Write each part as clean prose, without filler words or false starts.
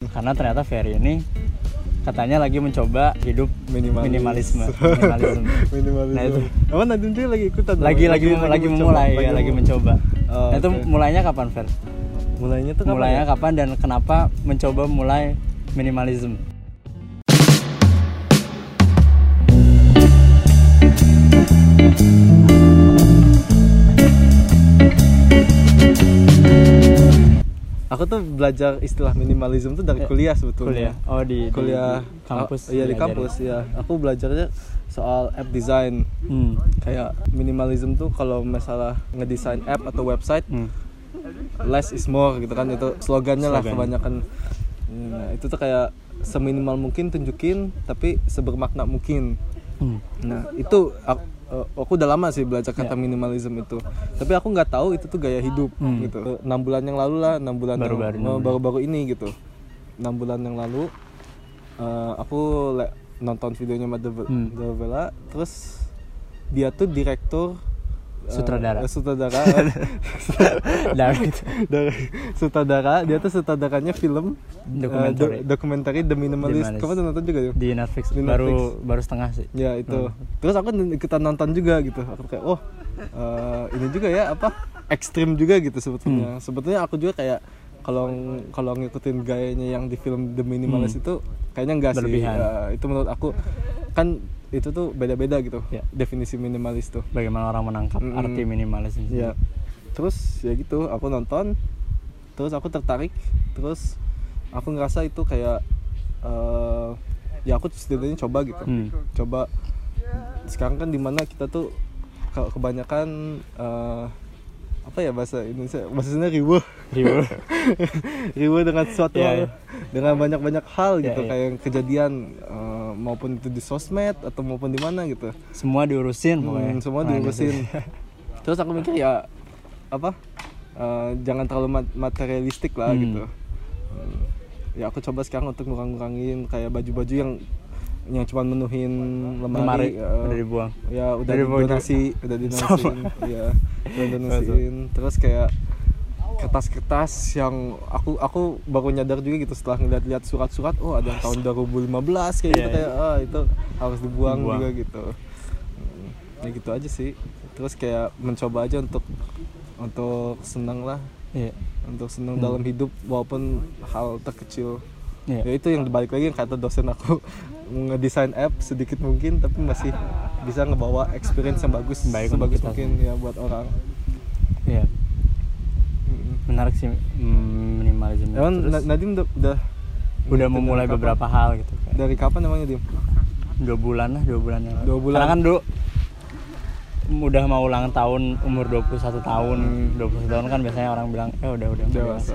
karena ternyata Ferry ini katanya lagi mencoba hidup minimalisme. Nah itu. Oh, Nadim juga lagi ikutan. Lagi memulai, lagi mencoba. Oh, nah itu mulainya kapan, Fer? Mulainya kapan dan kenapa mencoba mulai minimalisme? Aku tuh belajar istilah minimalism tuh dari kuliah sebetulnya. Oh di kampus. Iya di kampus ya. Aku belajarnya soal app design. Kayak minimalism tuh kalau masalah ngedesain app atau website, less is more gitu kan, itu slogannya lah kebanyakan. Nah, itu tuh kayak seminimal mungkin tunjukin tapi sebermakna mungkin. Nah itu aku udah lama sih belajar kata minimalism itu, tapi aku nggak tahu itu tuh gaya hidup gitu. 6 bulan yang lalu lah, 6 bulan baru-baru ini gitu. 6 bulan yang lalu aku nonton videonya Madavela, terus dia tuh direktur sutradara dia tuh sutradaranya film dokumenter The Minimalist. Kamu tuh nonton juga di Netflix. Baru setengah sih ya itu. Terus aku ikutan nonton juga gitu. Aku kayak ini juga ya ekstrim juga gitu sebetulnya aku juga kayak kalau ngikutin gayanya yang di film The Minimalist itu kayaknya enggak sih. Itu menurut aku kan itu tuh beda-beda gitu definisi minimalis tuh. Bagaimana orang menangkap arti minimalis ini. Ya. Terus ya gitu, aku nonton, terus aku tertarik, terus aku ngerasa itu kayak ya aku setidaknya coba gitu. Coba sekarang kan dimana kita tuh kebanyakan bahasa Indonesia riuh dengan sesuatu dengan banyak hal gitu, kayak kejadian maupun itu di sosmed atau maupun di mana gitu, semua diurusin pokoknya. Semua diurusin. Terus aku mikir jangan terlalu materialistik lah gitu. Ya aku coba sekarang untuk ngurangin kayak baju-baju yang cuma menuhin lemari udah dibuang. Ya udah donasiin. Ya, udah donasiin. Terus kayak kertas-kertas yang aku baru nyadar juga gitu setelah ngeliat surat-surat, ada yang tahun 2015 kayak gitu, kayak itu harus dibuang juga gitu. Ya gitu aja sih. Terus kayak mencoba aja untuk senang lah. Untuk senang dalam hidup walaupun hal terkecil. Ya itu yang balik lagi yang kata dosen aku, ngedesain app sedikit mungkin tapi masih bisa ngebawa experience yang bagus mungkin ya buat orang. Iya. Menarik sih minimalisme. Nadim udah memulai beberapa hal gitu. Dari kapan namanya Dim? 2 bulan yang lalu. Karena kan dulu udah mau ulang tahun umur 21 tahun. 21 tahun kan biasanya orang bilang udah dewasa.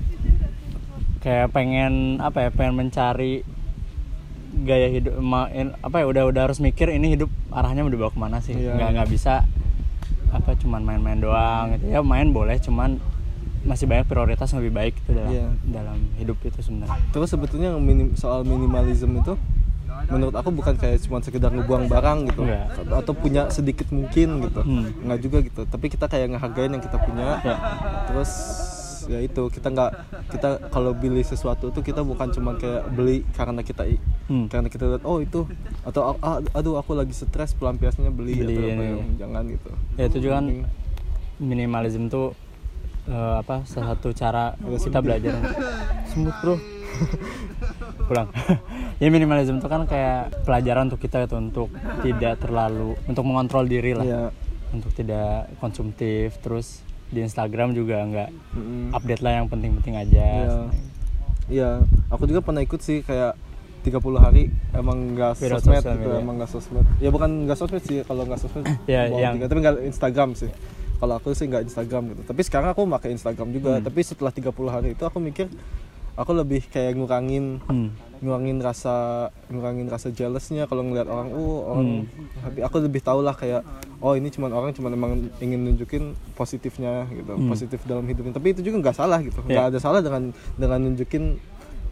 Kayak pengen mencari gaya hidup udah harus mikir ini hidup arahnya mau dibawa kemana sih. Nggak bisa cuman main-main doang gitu. Ya main boleh, cuman masih banyak prioritas yang lebih baik itu dalam hidup itu sebenarnya. Terus sebetulnya soal minimalism itu menurut aku bukan kayak cuma sekedar ngebuang barang gitu atau punya sedikit mungkin gitu. Nggak juga gitu, tapi kita kayak ngehargain yang kita punya. Terus ya itu kita kalau beli sesuatu tuh kita bukan cuma kayak beli karena kita lihat itu atau aku lagi stres pelampiasannya beli atau jangan gitu. Ya itu juga kan minimalism tuh salah satu cara kita belajar. Semut bro. Pulang. Ya minimalism itu kan kayak pelajaran untuk kita itu untuk tidak terlalu untuk mengontrol diri lah. Untuk tidak konsumtif. Terus di Instagram juga nggak update lah yang penting-penting aja. Iya, aku juga pernah ikut sih kayak 30 hari emang nggak sosmed gitu, emang nggak sosmed. Ya bukan nggak sosmed sih, kalau nggak sosmed tapi nggak Instagram sih. Kalau aku sih nggak Instagram gitu. Tapi sekarang aku pakai Instagram juga. Tapi setelah 30 hari itu aku mikir aku lebih kayak ngurangin rasa jealousnya kalau ngeliat orang happy. Aku lebih tahu lah kayak ini orang cuma emang ingin nunjukin positifnya gitu, positif dalam hidupnya. Tapi itu juga nggak salah gitu, nggak ada salah dengan nunjukin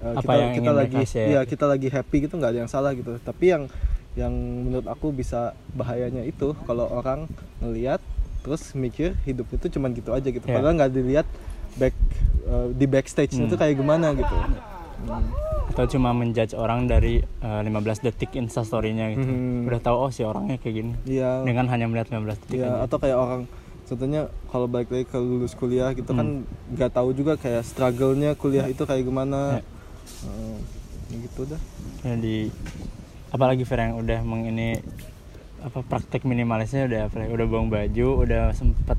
kita lagi happy gitu, nggak ada yang salah gitu. Tapi yang menurut aku bisa bahayanya itu kalau orang ngeliat terus mikir hidup itu cuman gitu aja gitu, padahal nggak dilihat di backstage itu kayak gimana gitu. Atau cuma menjudge orang dari 15 detik instastory-nya gitu. Udah tahu si orangnya kayak gini. Dengan hanya melihat 15 detik aja. Atau kayak orang contohnya kalau balik lagi ke lulus kuliah gitu kan nggak tahu juga kayak struggle-nya kuliah itu kayak gimana. Gitu dah. Jadi apalagi Fer yang udah praktek minimalisnya udah buang baju, udah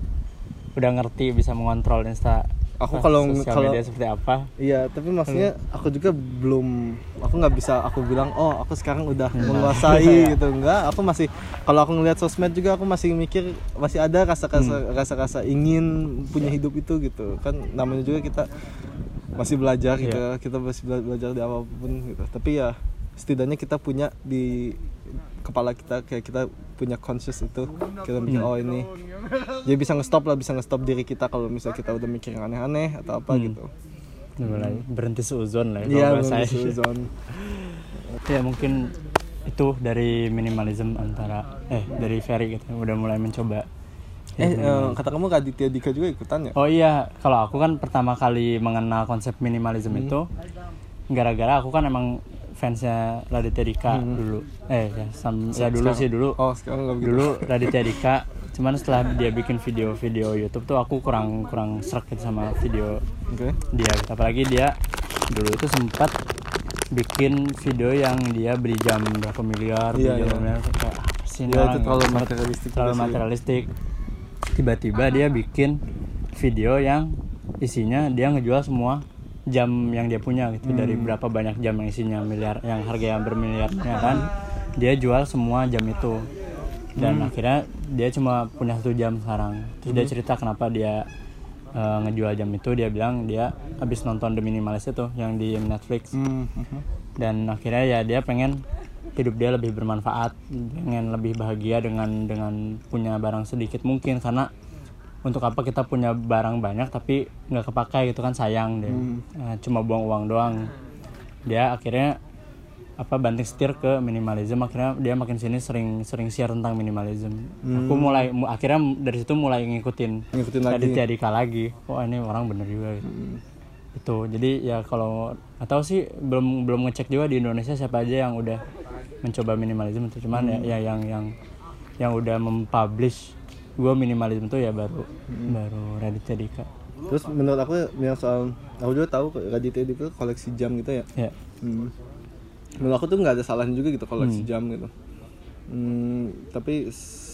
ngerti bisa mengontrol kalau media seperti apa. Iya, tapi maksudnya aku juga nggak bisa aku bilang aku sekarang udah menguasai gitu. Enggak, aku masih, kalau aku ngelihat sosmed juga aku masih mikir, masih ada rasa ingin punya hidup itu gitu. Kan namanya juga kita masih belajar gitu. Kita masih belajar di apapun gitu. Tapi ya setidaknya kita punya di kepala kita, kayak kita punya conscious itu, kita mikir ini jadi bisa nge-stop diri kita kalau misalnya kita udah mikir yang aneh-aneh atau apa gitu. Mulai berhenti seuzon lah ya. Iya, berhenti seuzon. Ya mungkin itu dari minimalism dari Ferry gitu, udah mulai mencoba. Kata kamu Raditya Dika juga ikutan ya? Oh iya, kalau aku kan pertama kali mengenal konsep minimalism itu gara-gara aku kan emang fansnya Raditya Dika dulu. Dulu. Oh, sekarang enggak begitu. Dulu Raditya Dika, cuman setelah dia bikin video-video YouTube tuh aku kurang srek gitu sama video dia. Apalagi dia dulu itu sempat bikin video yang dia beli jam berapa miliar, kayak apa sih ini orang, itu terlalu materialistik. Tiba-tiba dia bikin video yang isinya dia ngejual semua jam yang dia punya gitu, dari berapa banyak jam yang isinya miliar, yang harganya bermiliar-miliaran, dia jual semua jam itu. Dan akhirnya dia cuma punya 1 jam sekarang. Terus dia cerita kenapa dia ngejual jam itu. Dia bilang dia habis nonton The Minimalist itu yang di Netflix. Dan akhirnya ya dia pengen hidup dia lebih bermanfaat, pengen lebih bahagia dengan punya barang sedikit mungkin, karena untuk apa kita punya barang banyak tapi nggak kepakai gitu kan, sayang deh. Cuma buang uang doang. Dia akhirnya banting setir ke minimalism. Akhirnya dia makin sini sering share tentang minimalism. Aku akhirnya dari situ mulai ngikutin Raditya Dika lagi. Ini orang bener juga gitu. Itu jadi ya kalau atau sih belum ngecek juga di Indonesia siapa aja yang udah mencoba minimalism itu. Cuman ya yang udah mempublish gue minimalism tuh ya baru Raditya Dika. Terus menurut aku yang soal, aku juga tahu Raditya Dika koleksi jam gitu ya. Menurut aku tuh nggak ada salahnya juga gitu koleksi jam gitu. Tapi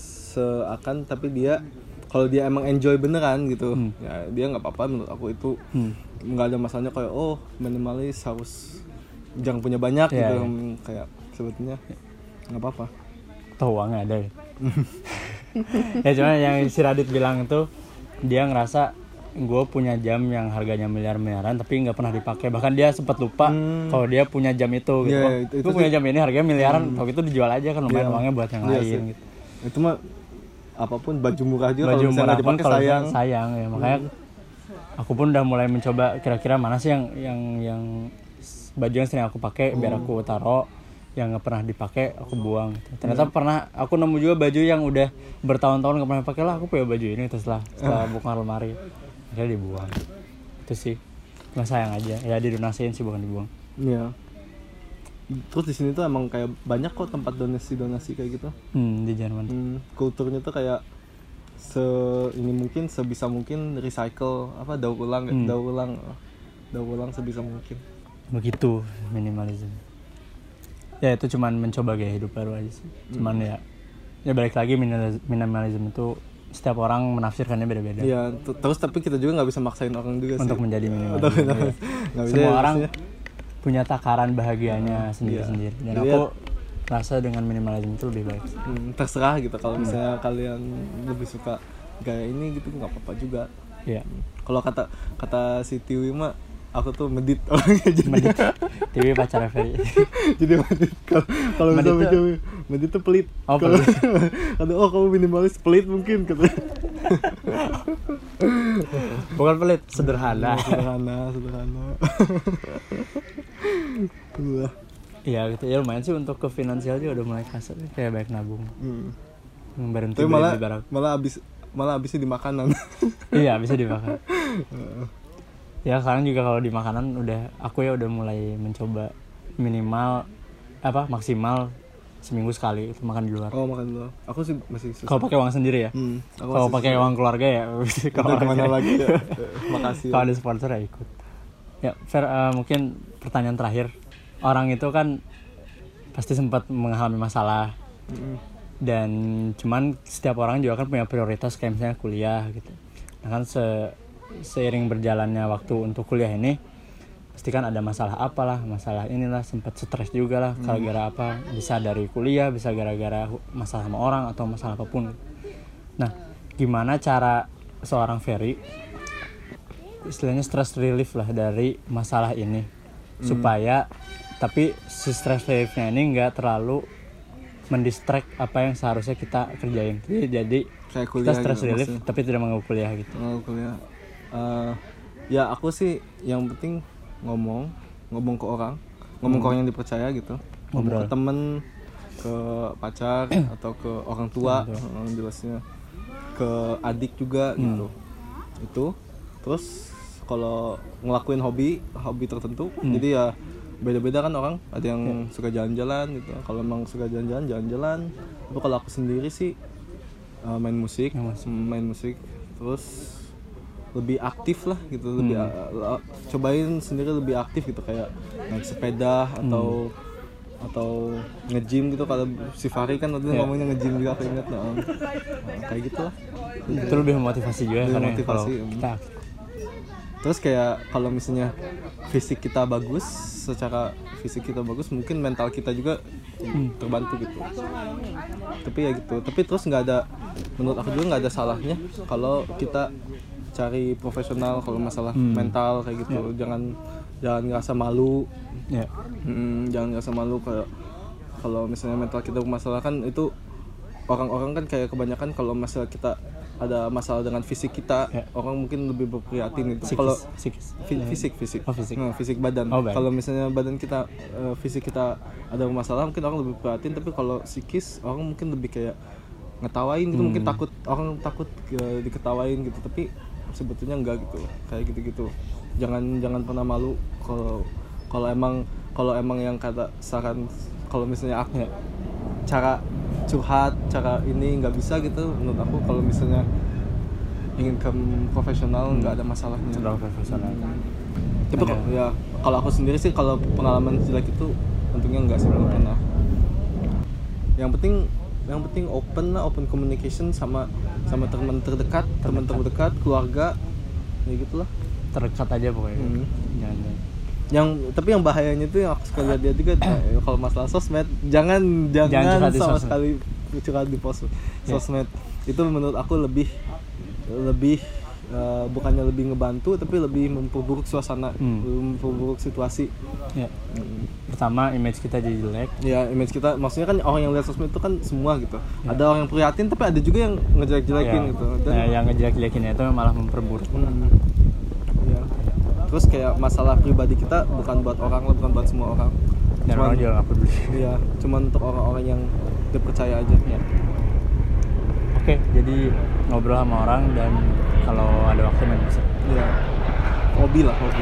dia kalau dia emang enjoy beneran gitu, ya dia nggak apa-apa. Menurut aku itu nggak ada masalahnya kayak minimalis harus jangan punya banyak gitu. Kayak sebetulnya nggak apa-apa. Tahu uangnya ada. Ya cuma yang si Radit bilang itu, dia ngerasa gue punya jam yang harganya miliaran tapi nggak pernah dipakai. Bahkan dia sempat lupa kalau dia punya jam itu gitu. Gue punya jam ini harganya miliaran, kalau itu dijual aja kan lumayan uangnya buat yang lain gitu. Itu mah apapun, baju murah juga kalau misalnya nggak dipakai sayang ya. Makanya aku pun udah mulai mencoba kira-kira mana sih yang baju yang sering aku pakai biar aku taruh, yang nggak pernah dipakai aku buang. Ternyata pernah aku nemu juga baju yang udah bertahun-tahun nggak pernah dipakai lah. Aku punya baju ini setelah buka lemari, akhirnya dibuang. Itu sih nggak, sayang aja ya, didonasiin sih bukan dibuang. Iya. Terus di sini tuh emang kayak banyak kok tempat donasi kayak gitu. Di Jerman. Kulturnya tuh kayak sebisa mungkin recycle, daur ulang sebisa mungkin. Begitu minimalism. Ya itu cuman mencoba gaya hidup baru aja sih. Cuman ya balik lagi, minimalism itu setiap orang menafsirkannya beda-beda. Iya, terus tapi kita juga nggak bisa maksain orang juga untuk sih menjadi minimalis. Semua orang punya takaran bahagianya sendiri-sendiri. Dan aku rasa dengan minimalism itu lebih baik. Terserah gitu, kalau misalnya kalian lebih suka gaya ini gitu nggak apa-apa juga. Iya. Kalau kata si Tiwi mah, aku tuh medit orangnya jadi. Medit. Tiwi pacar Ferry. Jadi medit. Kalau misalnya medit tuh pelit. Oh, pelit. Kamu minimalis, pelit mungkin katanya. Bukan pelit, sederhana. Sederhana. Iya gitu ya, lumayan sih untuk ke finansial juga udah mulai kasar, kayak banyak nabung. Berhenti beli barang. Malah habisnya di makanan. Iya, bisa dimakan. Ya sekarang juga kalau di makanan aku udah mulai mencoba minimal maksimal seminggu sekali itu makan di luar. Oh, makan di luar. Aku sih masih susah. Kalau pakai uang sendiri ya. Kalau pakai uang keluarga ya. Kalau kemana lagi ya. Makasih. Kalau ada sponsor ya ikut. Ya, Fer, mungkin pertanyaan terakhir. Orang itu kan pasti sempat mengalami masalah. Dan cuman setiap orang juga kan punya prioritas kayak misalnya kuliah gitu. Nah kan seiring berjalannya waktu untuk kuliah ini pasti kan ada masalah masalah inilah, sempat stres juga lah gara-gara apa, bisa dari kuliah, bisa gara-gara masalah sama orang atau masalah apapun. Nah gimana cara seorang Ferry istilahnya stress relief lah dari masalah ini supaya tapi si stress reliefnya ini nggak terlalu mendistract apa yang seharusnya kita kerjain. Jadi kita stress relief maksudnya. Tapi tidak mengganggu kuliah gitu. Kuliah. Ya aku sih yang penting ngomong ke orang, ke orang yang dipercaya gitu. Ngomong ke temen, ke pacar atau ke orang tua, jelasnya ke adik juga gitu. Itu terus kalau ngelakuin hobi tertentu, jadi ya beda-beda kan orang, ada yang suka jalan-jalan gitu. Kalau emang suka jalan-jalan. Tapi kalau aku sendiri sih main musik, terus lebih aktif lah gitu, lebih cobain sendiri lebih aktif gitu, kayak naik sepeda atau nge-gym gitu. Kalau si Fahri kan waktu ngomongnya nge-gym juga, aku ingat. Kayak gitu lah. Itu lebih memotivasi juga karena kalau kita. Terus kayak kalau misalnya secara fisik kita bagus, mungkin mental kita juga terbantu gitu. Tapi ya gitu. Tapi terus menurut aku juga nggak ada salahnya kalau kita cari profesional kalau masalah mental kayak gitu. Jangan ngerasa malu. Jangan ngerasa malu kalau misalnya mental kita bermasalah kan. Itu orang-orang kan kayak kebanyakan kalau masalah kita ada masalah dengan fisik kita, orang mungkin lebih berprihatin gitu. Kalau fisik badan. Kalau misalnya badan kita, fisik kita ada masalah, mungkin orang lebih prihatin. Tapi kalau psikis, orang mungkin lebih kayak ngetawain gitu. Mungkin orang takut diketawain gitu. Tapi sebetulnya enggak gitu, kayak gitu. Jangan pernah malu kalau emang yang kata saran, kalau misalnya aku cara curhat, cara ini nggak bisa gitu. Menurut aku kalau misalnya ingin ke profesional nggak ada masalahnya. Sudah profesional. Tapi kalau aku sendiri sih, kalau pengalaman jelek itu untungnya nggak sih, belum pernah. Yang penting open communication sama teman terdekat, keluarga, ya gitulah. Terdekat aja pokoknya. Tapi yang bahayanya itu yang aku suka lihat dia juga kalau masalah sosmed, jangan sama sekali curhat di sosmed. Itu menurut aku lebih bukannya lebih ngebantu, tapi lebih memperburuk suasana, memperburuk situasi. Pertama image kita jadi jelek. Ya, image kita, maksudnya kan orang yang lihat sosmed itu kan semua gitu. Ada orang yang prihatin, tapi ada juga yang ngejelek-jelekin gitu. Yang ngejelek-jelekinnya itu malah memperburuk. Terus kayak masalah pribadi kita bukan buat orang, bukan buat semua orang. Dan orang juga nggak peduli. Iya, cuma untuk orang-orang yang dipercaya aja. Oke, jadi ngobrol sama orang dan kalau ada waktu main musik. Iya. Hobi.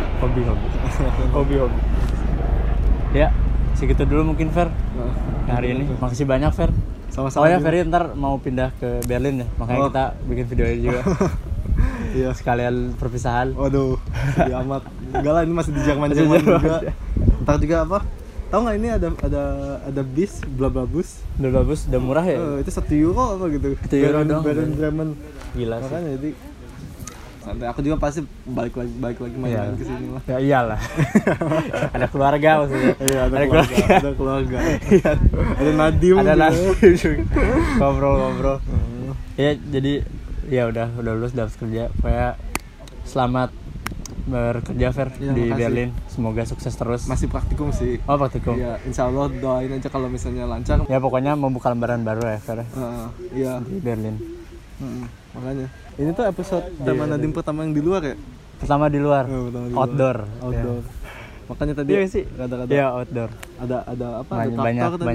Ya, segitu dulu mungkin Fer. Hari ini. Makasih banyak Fer. Sama-sama. Ferry ntar mau pindah ke Berlin ya, makanya kita bikin video juga. Iya. Sekalian perpisahan. Waduh, sedih amat. Enggak lah, ini masih di Jerman juga. Ntar juga apa? Tahu nggak ini ada bis, Blablablus. Blablablus udah murah ya? Itu €1 apa gitu. €1 dong. Berlin Bremen. Gila sih. Makanya jadi santai. Aku juga pasti balik lagi main ke sini lah. Ya iyalah. Ada keluarga maksudnya. Iya, ada keluarga. Ada Nadim. Ngobrol. Ya jadi ya udah lulus, dapat kerja. Kayak selamat bekerja Fer di makasih. Berlin. Semoga sukses terus. Masih praktikum sih. Oh, praktikum. Iya, insyaallah doain aja kalau misalnya lancar. Ya pokoknya membuka lembaran baru ya Fer. Iya. Di Berlin. Makanya. Ini tuh episode sama Nadim pertama yang di luar ya? Pertama di luar. Outdoor. Ya. Makanya tadi sih. Iya, outdoor. Ada apa?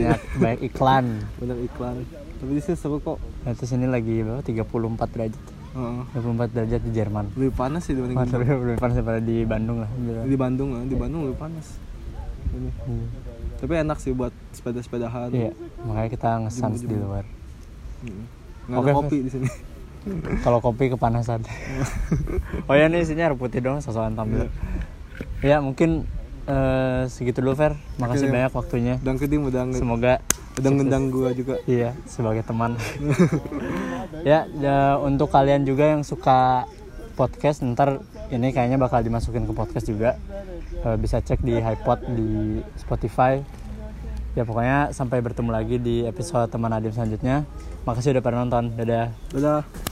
Banyak iklan. Banyak iklan. Tapi di sini seru kok. Nah, terus ini lagi berapa? 34 derajat. 24 derajat di Jerman. Lebih panas sih dibanding lebih panas daripada di Bandung lah. Di Bandung lebih panas. Ini. Tapi enak sih buat sepeda-sepedahan. Iya, makanya kita nge-sans di luar. Nggak ada kopi di sini. Kalau kopi kepanasan. Oh ya, ini isinya air putih dong, sosokan tampil. Ya mungkin segitu dulu Fer. Makasih banyak waktunya. Dan Kedim semoga udah ngundang gua juga. Iya, sebagai teman. ya, untuk kalian juga yang suka podcast, ntar ini kayaknya bakal dimasukin ke podcast juga. Bisa cek di HiPod di Spotify. Ya pokoknya sampai bertemu lagi di episode teman Adim selanjutnya. Makasih udah pada nonton. Dadah.